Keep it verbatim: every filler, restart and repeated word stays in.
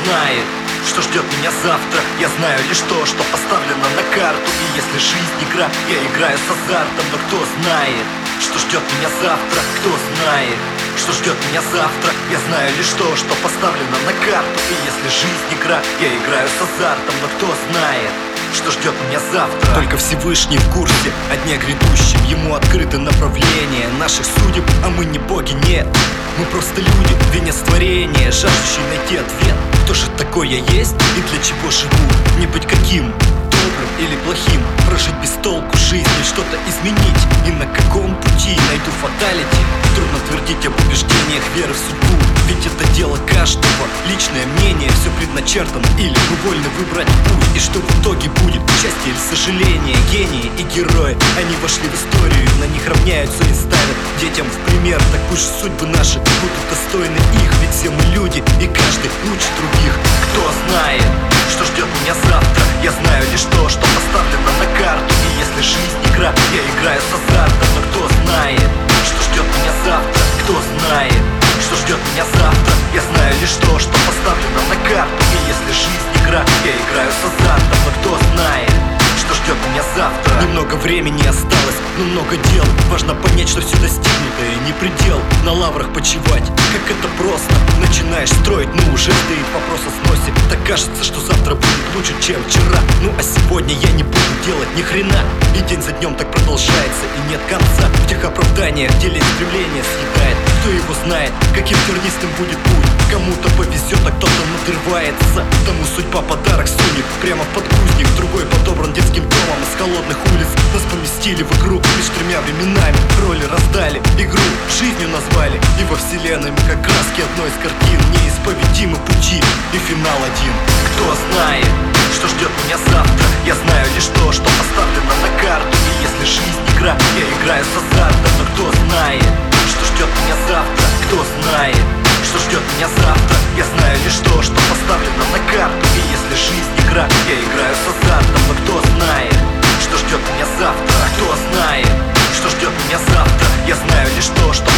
знает, что ждет меня завтра? Я знаю лишь то, что поставлено на карту. И если жизнь игра, я играю с азартом. Но кто знает, что ждет меня завтра? Кто знает, что ждет меня завтра? Я знаю лишь то, что поставлено на карту. И если жизнь игра, я играю с азартом. Но кто знает, что ждет меня завтра? Только Всевышний в курсе о дне грядущем. Ему открыты направления наших судеб, а мы не боги, нет. Мы просто люди, венец творения, жаждущие найти ответ. Кто же такой я есть и для чего живу? Не быть каким, добрым или плохим, прожить без толку жизнь и что-то изменить. И на каком пути найду фаталити? Трудно твердить об убеждениях веры в судьбу, ведь это дело каждого, личное мнение. Все предначертано, или мы вольны выбрать путь. И что в итоге будет, счастье или сожаление? Гении и герои, они вошли в историю, на них равняются и ставят детям в пример. Так пусть судьбы наши будут достойны их, ведь все мы люди, и каждый лучше других. Кто знает, что ждет меня завтра? Я знаю лишь то, что поставлено на карту. И если жизнь игра, я играю с азартом. Но кто знает, что ждет меня завтра? Кто знает, что ждет меня завтра? Я знаю лишь то, что поставлено на карту. И если жизнь игра, я играю с азартом. Но кто знает, что ждет меня завтра? Немного времени осталось, но много дел. Важно понять, что все достигнутое не предел. На лаврах почивать, как это просто. Начинаешь строить, но уже стоит вопрос о сносе. Так кажется, что завтра будет лучше, чем вчера. Ну а сегодня я не буду делать ни хрена. И день за днем так продолжается, и нет конца. В тех оправданиях, где лень стремление съедает. Кто его знает, каким тернистым будет путь? Кому-то повезет, а кто-то надрывается. Тому судьба подарок сунет прямо в подгузник. Другой подобран детским домом из холодных улиц. Нас поместили в игру лишь тремя временами. Роли раздали, игру жизнью назвали. И во вселенной мы как краски одной из картин. Неисповедимы пути и финал один. Кто знает, что ждет меня завтра? Я знаю лишь то, что поставлено на карту. И если жизнь игра, я играю с азартом. Но кто знает, что ждет меня завтра? Кто знает, что ждет меня завтра? Я знаю лишь то, что поставлено на карту. И если жизнь игра, я играю с азартом. Но кто знает, что ждет меня завтра? Кто знает, что ждет меня завтра? Я знаю лишь то, что